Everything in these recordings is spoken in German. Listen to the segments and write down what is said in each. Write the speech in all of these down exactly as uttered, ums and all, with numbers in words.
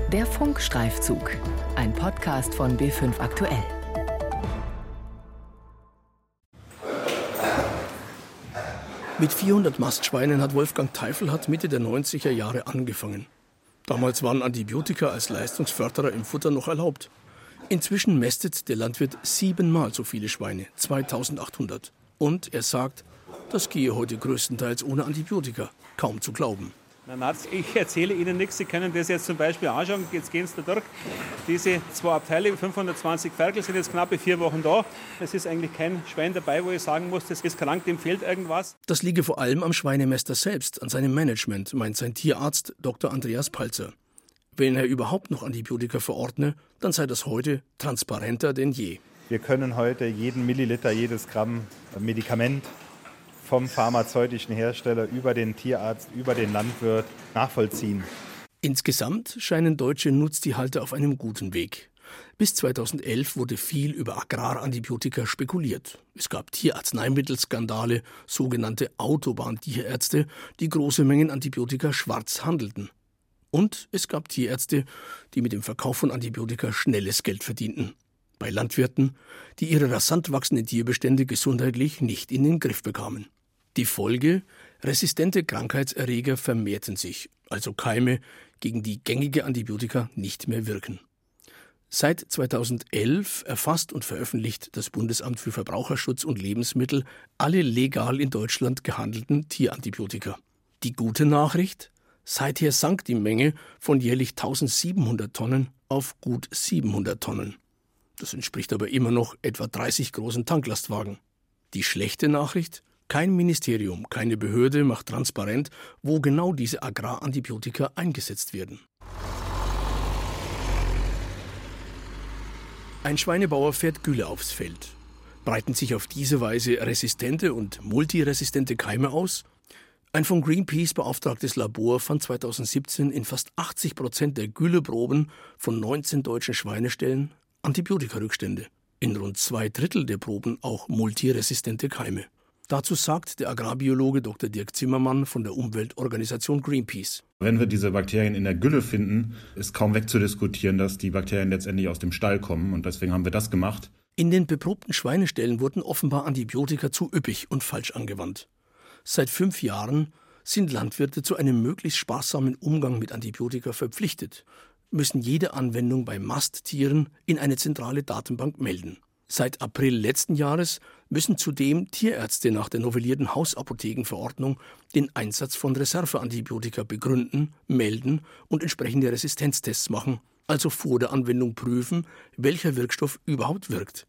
Der Funkstreifzug, ein Podcast von B fünf Aktuell. Mit vierhundert Mastschweinen hat Wolfgang Teifelhardt Mitte der neunziger Jahre angefangen. Damals waren Antibiotika als Leistungsförderer im Futter noch erlaubt. Inzwischen mästet der Landwirt siebenmal so viele Schweine, zweitausendachthundert. Und er sagt, das gehe heute größtenteils ohne Antibiotika. Kaum zu glauben. Na, ich erzähle Ihnen nichts. Sie können das jetzt zum Beispiel anschauen. Jetzt gehen Sie da durch. Diese zwei Abteile, fünfhundertzwanzig Ferkel, sind jetzt knappe vier Wochen da. Es ist eigentlich kein Schwein dabei, wo ich sagen muss, das ist krank, dem fehlt irgendwas. Das liege vor allem am Schweinemester selbst, an seinem Management, meint sein Tierarzt Doktor Andreas Palzer. Wenn er überhaupt noch Antibiotika verordne, dann sei das heute transparenter denn je. Wir können heute jeden Milliliter, jedes Gramm Medikament vom pharmazeutischen Hersteller über den Tierarzt, über den Landwirt nachvollziehen. Insgesamt scheinen deutsche Nutztierhalter auf einem guten Weg. Bis zweitausendelf wurde viel über Agrarantibiotika spekuliert. Es gab Tierarzneimittelskandale, sogenannte Autobahntierärzte, die große Mengen Antibiotika schwarz handelten. Und es gab Tierärzte, die mit dem Verkauf von Antibiotika schnelles Geld verdienten. Bei Landwirten, die ihre rasant wachsenden Tierbestände gesundheitlich nicht in den Griff bekamen. Die Folge? Resistente Krankheitserreger vermehrten sich, also Keime, gegen die gängige Antibiotika nicht mehr wirken. Seit zweitausendelf erfasst und veröffentlicht das Bundesamt für Verbraucherschutz und Lebensmittel alle legal in Deutschland gehandelten Tierantibiotika. Die gute Nachricht? Seither sank die Menge von jährlich eintausendsiebenhundert Tonnen auf gut siebenhundert Tonnen. Das entspricht aber immer noch etwa dreißig großen Tanklastwagen. Die schlechte Nachricht? Kein Ministerium, keine Behörde macht transparent, wo genau diese Agrarantibiotika eingesetzt werden. Ein Schweinebauer fährt Gülle aufs Feld. Breiten sich auf diese Weise resistente und multiresistente Keime aus? Ein von Greenpeace beauftragtes Labor fand zweitausendsiebzehn in fast achtzig Prozent der Gülleproben von neunzehn deutschen Schweineställen Antibiotikarückstände. In rund zwei Drittel der Proben auch multiresistente Keime. Dazu sagt der Agrarbiologe Doktor Dirk Zimmermann von der Umweltorganisation Greenpeace. Wenn wir diese Bakterien in der Gülle finden, ist kaum wegzudiskutieren, dass die Bakterien letztendlich aus dem Stall kommen. Und deswegen haben wir das gemacht. In den beprobten Schweineställen wurden offenbar Antibiotika zu üppig und falsch angewandt. Seit fünf Jahren sind Landwirte zu einem möglichst sparsamen Umgang mit Antibiotika verpflichtet, müssen jede Anwendung bei Masttieren in eine zentrale Datenbank melden. Seit April letzten Jahres müssen zudem Tierärzte nach der novellierten Hausapothekenverordnung den Einsatz von Reserveantibiotika begründen, melden und entsprechende Resistenztests machen, also vor der Anwendung prüfen, welcher Wirkstoff überhaupt wirkt.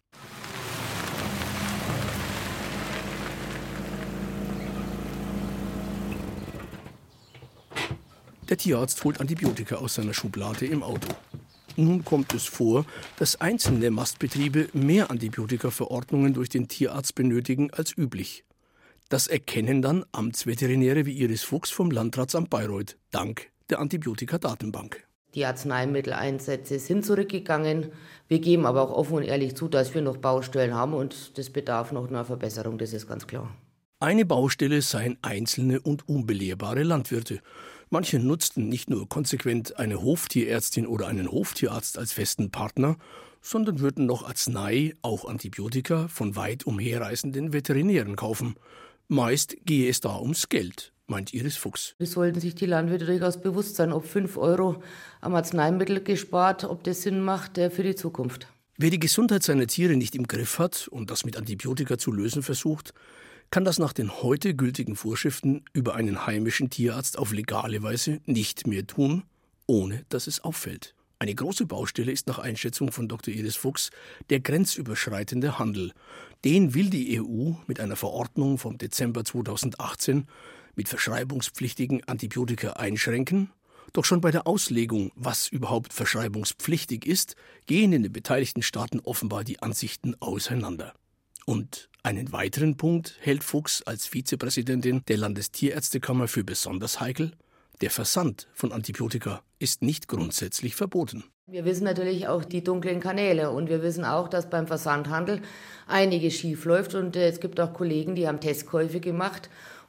Der Tierarzt holt Antibiotika aus seiner Schublade im Auto. Nun kommt es vor, dass einzelne Mastbetriebe mehr Antibiotikaverordnungen durch den Tierarzt benötigen als üblich. Das erkennen dann Amtsveterinäre wie Iris Fuchs vom Landratsamt Bayreuth, dank der Antibiotika-Datenbank. Die Arzneimitteleinsätze sind zurückgegangen. Wir geben aber auch offen und ehrlich zu, dass wir noch Baustellen haben und das bedarf noch einer Verbesserung, das ist ganz klar. Eine Baustelle seien einzelne und unbelehrbare Landwirte. Manche nutzten nicht nur konsequent eine Hoftierärztin oder einen Hoftierarzt als festen Partner, sondern würden noch Arznei, auch Antibiotika, von weit umherreisenden Veterinären kaufen. Meist gehe es da ums Geld, meint Iris Fuchs. Es sollten sich die Landwirte durchaus bewusst sein, ob fünf Euro am Arzneimittel gespart, ob das Sinn macht für die Zukunft. Wer die Gesundheit seiner Tiere nicht im Griff hat und das mit Antibiotika zu lösen versucht, kann das nach den heute gültigen Vorschriften über einen heimischen Tierarzt auf legale Weise nicht mehr tun, ohne dass es auffällt. Eine große Baustelle ist nach Einschätzung von Doktor Iris Fuchs der grenzüberschreitende Handel. Den will die E U mit einer Verordnung vom Dezember zweitausendachtzehn mit verschreibungspflichtigen Antibiotika einschränken. Doch schon bei der Auslegung, was überhaupt verschreibungspflichtig ist, gehen in den beteiligten Staaten offenbar die Ansichten auseinander. Und einen weiteren Punkt hält Fuchs als Vizepräsidentin der Landestierärztekammer für besonders heikel. Der Versand von Antibiotika ist nicht grundsätzlich verboten. Wir wissen natürlich auch die dunklen Kanäle und wir wissen auch, dass beim Versandhandel einiges schief läuft und es gibt auch Kollegen, die haben Testkäufe gemacht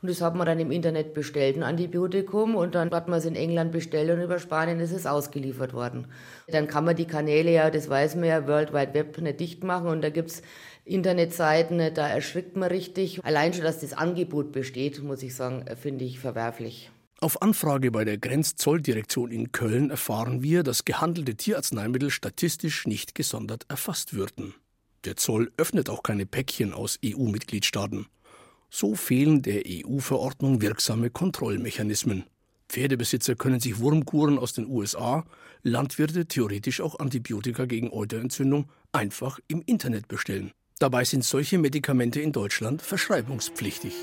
Und das hat man dann im Internet bestellt, ein Antibiotikum. Und dann hat man es in England bestellt und über Spanien ist es ausgeliefert worden. Dann kann man die Kanäle ja, das weiß man ja, World Wide Web nicht dicht machen. Und da gibt es Internetseiten, da erschrickt man richtig. Allein schon, dass das Angebot besteht, muss ich sagen, finde ich verwerflich. Auf Anfrage bei der Grenzzolldirektion in Köln erfahren wir, dass gehandelte Tierarzneimittel statistisch nicht gesondert erfasst würden. Der Zoll öffnet auch keine Päckchen aus E U-Mitgliedstaaten. So fehlen der E U-Verordnung wirksame Kontrollmechanismen. Pferdebesitzer können sich Wurmkuren aus den U S A, Landwirte theoretisch auch Antibiotika gegen Euterentzündung einfach im Internet bestellen. Dabei sind solche Medikamente in Deutschland verschreibungspflichtig.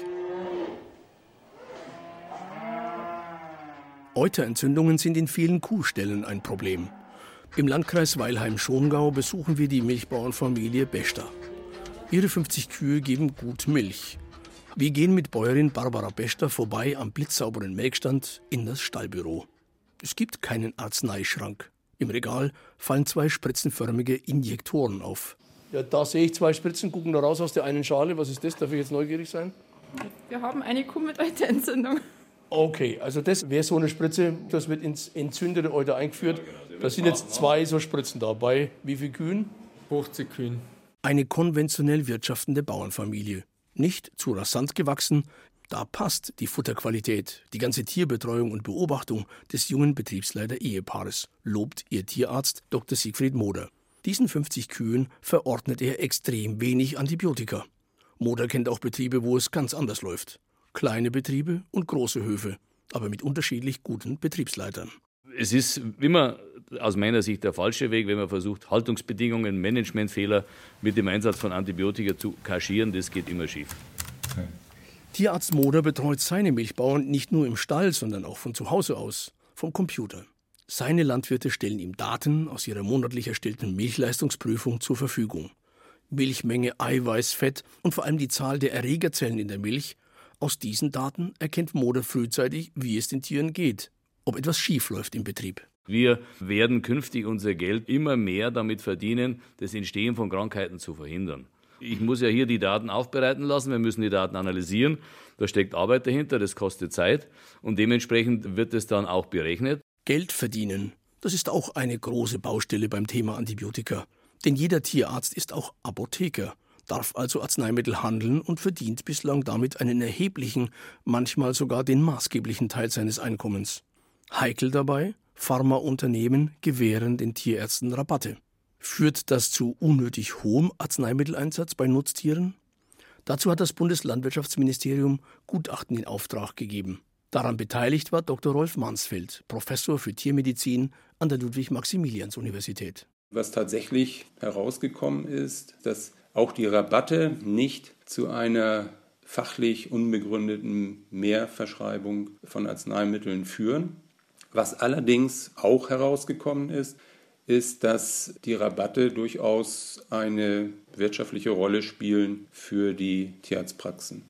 Euterentzündungen sind in vielen Kuhställen ein Problem. Im Landkreis Weilheim-Schongau besuchen wir die Milchbauernfamilie Bester. Ihre fünfzig Kühe geben gut Milch. Wir gehen mit Bäuerin Barbara Bester vorbei am blitzsauberen Melkstand in das Stallbüro. Es gibt keinen Arzneischrank. Im Regal fallen zwei spritzenförmige Injektoren auf. Ja, da sehe ich zwei Spritzen, gucken da raus aus der einen Schale. Was ist das? Darf ich jetzt neugierig sein? Wir haben eine Kuh mit Euterentzündung. Okay, also das wäre so eine Spritze, das wird ins entzündete Euter eingeführt. Da sind jetzt zwei so Spritzen da. Bei wie vielen Kühen? fünfzig Kühen. Eine konventionell wirtschaftende Bauernfamilie. Nicht zu rasant gewachsen, da passt die Futterqualität, die ganze Tierbetreuung und Beobachtung des jungen Betriebsleiter-Ehepaares, lobt ihr Tierarzt Doktor Siegfried Moder. Diesen fünfzig Kühen verordnet er extrem wenig Antibiotika. Moder kennt auch Betriebe, wo es ganz anders läuft. Kleine Betriebe und große Höfe, aber mit unterschiedlich guten Betriebsleitern. Es ist immer aus meiner Sicht der falsche Weg, wenn man versucht, Haltungsbedingungen, Managementfehler mit dem Einsatz von Antibiotika zu kaschieren. Das geht immer schief. Okay. Tierarzt Moder betreut seine Milchbauern nicht nur im Stall, sondern auch von zu Hause aus, vom Computer. Seine Landwirte stellen ihm Daten aus ihrer monatlich erstellten Milchleistungsprüfung zur Verfügung. Milchmenge, Eiweiß, Fett und vor allem die Zahl der Erregerzellen in der Milch. Aus diesen Daten erkennt Moder frühzeitig, wie es den Tieren geht, ob etwas schief läuft im Betrieb. Wir werden künftig unser Geld immer mehr damit verdienen, das Entstehen von Krankheiten zu verhindern. Ich muss ja hier die Daten aufbereiten lassen, wir müssen die Daten analysieren. Da steckt Arbeit dahinter, das kostet Zeit und dementsprechend wird es dann auch berechnet. Geld verdienen, das ist auch eine große Baustelle beim Thema Antibiotika. Denn jeder Tierarzt ist auch Apotheker, darf also Arzneimittel handeln und verdient bislang damit einen erheblichen, manchmal sogar den maßgeblichen Teil seines Einkommens. Heikel dabei, Pharmaunternehmen gewähren den Tierärzten Rabatte. Führt das zu unnötig hohem Arzneimitteleinsatz bei Nutztieren? Dazu hat das Bundeslandwirtschaftsministerium Gutachten in Auftrag gegeben. Daran beteiligt war Doktor Rolf Mansfeld, Professor für Tiermedizin an der Ludwig-Maximilians-Universität. Was tatsächlich herausgekommen ist, dass auch die Rabatte nicht zu einer fachlich unbegründeten Mehrverschreibung von Arzneimitteln führen. Was allerdings auch herausgekommen ist, ist, dass die Rabatte durchaus eine wirtschaftliche Rolle spielen für die Tierarztpraxen.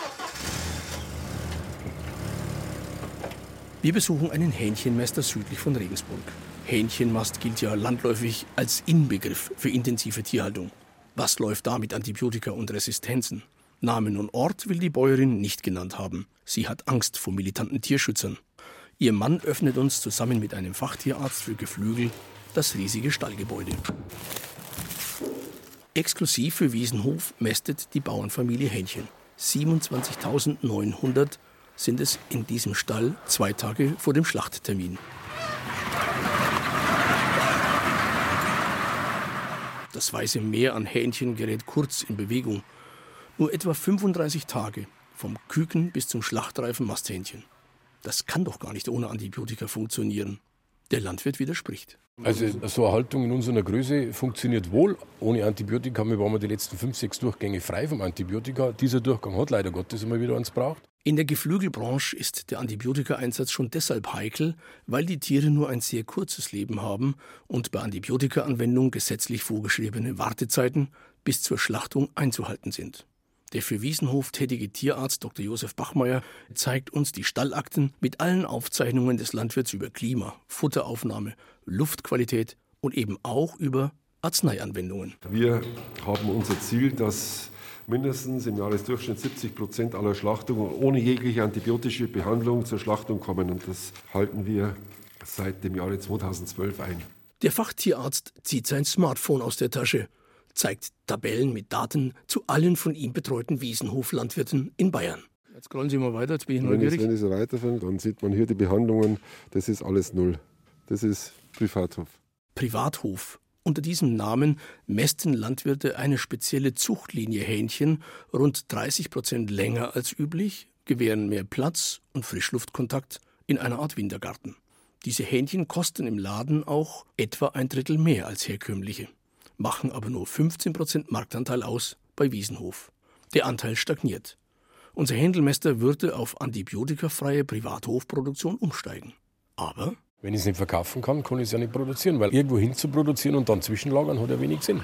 Wir besuchen einen Hähnchenmester südlich von Regensburg. Hähnchenmast gilt ja landläufig als Inbegriff für intensive Tierhaltung. Was läuft da mit Antibiotika und Resistenzen? Namen und Ort will die Bäuerin nicht genannt haben. Sie hat Angst vor militanten Tierschützern. Ihr Mann öffnet uns zusammen mit einem Fachtierarzt für Geflügel das riesige Stallgebäude. Exklusiv für Wiesenhof mästet die Bauernfamilie Hähnchen. siebenundzwanzigtausendneunhundert sind es in diesem Stall zwei Tage vor dem Schlachttermin. Das weiße Meer an Hähnchen gerät kurz in Bewegung. Nur etwa fünfunddreißig Tage, vom Küken bis zum schlachtreifen Masthähnchen. Das kann doch gar nicht ohne Antibiotika funktionieren. Der Landwirt widerspricht. Also so eine Haltung in unserer Größe funktioniert wohl. Ohne Antibiotika waren wir die letzten fünf, sechs Durchgänge frei vom Antibiotika. Dieser Durchgang hat leider Gottes immer wieder eins braucht. In der Geflügelbranche ist der Antibiotikaeinsatz schon deshalb heikel, weil die Tiere nur ein sehr kurzes Leben haben und bei Antibiotikaanwendung gesetzlich vorgeschriebene Wartezeiten bis zur Schlachtung einzuhalten sind. Der für Wiesenhof tätige Tierarzt Doktor Josef Bachmeier zeigt uns die Stallakten mit allen Aufzeichnungen des Landwirts über Klima, Futteraufnahme, Luftqualität und eben auch über Arzneianwendungen. Wir haben unser Ziel, dass mindestens im Jahresdurchschnitt siebzig Prozent aller Schlachtungen ohne jegliche antibiotische Behandlung zur Schlachtung kommen. Und das halten wir seit dem Jahre zweitausendzwölf ein. Der Fachtierarzt zieht sein Smartphone aus der Tasche, zeigt Tabellen mit Daten zu allen von ihm betreuten Wiesenhoflandwirten in Bayern. Jetzt scrollen Sie mal weiter, jetzt bin ich neugierig. Wenn ich so weiterfinde, dann sieht man hier die Behandlungen, das ist alles null. Das ist Privathof. Privathof. Unter diesem Namen mästen Landwirte eine spezielle Zuchtlinie Hähnchen rund dreißig Prozent länger als üblich, gewähren mehr Platz und Frischluftkontakt in einer Art Wintergarten. Diese Hähnchen kosten im Laden auch etwa ein Drittel mehr als herkömmliche, machen aber nur fünfzehn Prozent Marktanteil aus bei Wiesenhof. Der Anteil stagniert. Unser Händelmeister würde auf antibiotikafreie Privathofproduktion umsteigen. Aber wenn ich es nicht verkaufen kann, kann ich es ja nicht produzieren, weil irgendwo hin zu produzieren und dann zwischenlagern hat ja wenig Sinn.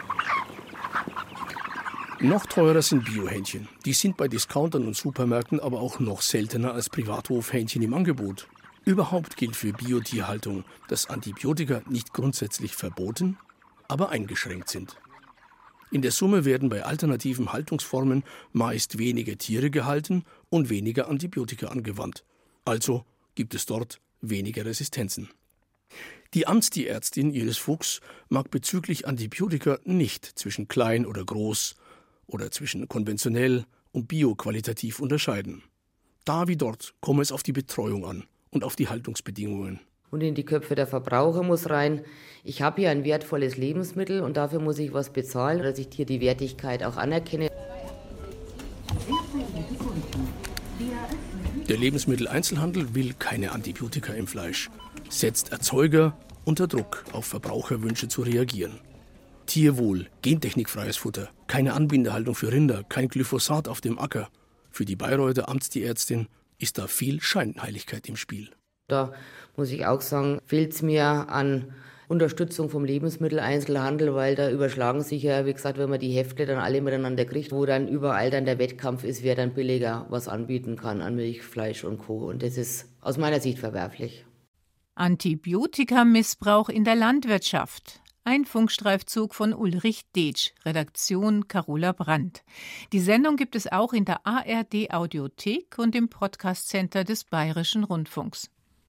Noch teurer sind Biohähnchen. Die sind bei Discountern und Supermärkten aber auch noch seltener als Privathofhähnchen im Angebot. Überhaupt gilt für Biotierhaltung, dass Antibiotika nicht grundsätzlich verboten, aber eingeschränkt sind. In der Summe werden bei alternativen Haltungsformen meist weniger Tiere gehalten und weniger Antibiotika angewandt. Also gibt es dort weniger Resistenzen. Die Amtstierärztin Iris Fuchs mag bezüglich Antibiotika nicht zwischen klein oder groß oder zwischen konventionell und bioqualitativ unterscheiden. Da wie dort komme es auf die Betreuung an und auf die Haltungsbedingungen. Und in die Köpfe der Verbraucher muss rein, ich habe hier ein wertvolles Lebensmittel und dafür muss ich was bezahlen, dass ich hier die Wertigkeit auch anerkenne. Der Lebensmitteleinzelhandel will keine Antibiotika im Fleisch, setzt Erzeuger unter Druck, auf Verbraucherwünsche zu reagieren. Tierwohl, gentechnikfreies Futter, keine Anbindehaltung für Rinder, kein Glyphosat auf dem Acker. Für die Bayreuther Amtstierärztin ist da viel Scheinheiligkeit im Spiel. Da muss ich auch sagen, fehlt es mir an Unterstützung vom Lebensmitteleinzelhandel, weil da überschlagen sich ja, wie gesagt, wenn man die Hefte dann alle miteinander kriegt, wo dann überall dann der Wettkampf ist, wer dann billiger was anbieten kann an Milch, Fleisch und Co. Und das ist aus meiner Sicht verwerflich. Antibiotikamissbrauch in der Landwirtschaft. Ein Funkstreifzug von Ulrich Detsch, Redaktion Carola Brandt. Die Sendung gibt es auch in der A R D Audiothek und im Podcast Center des Bayerischen Rundfunks.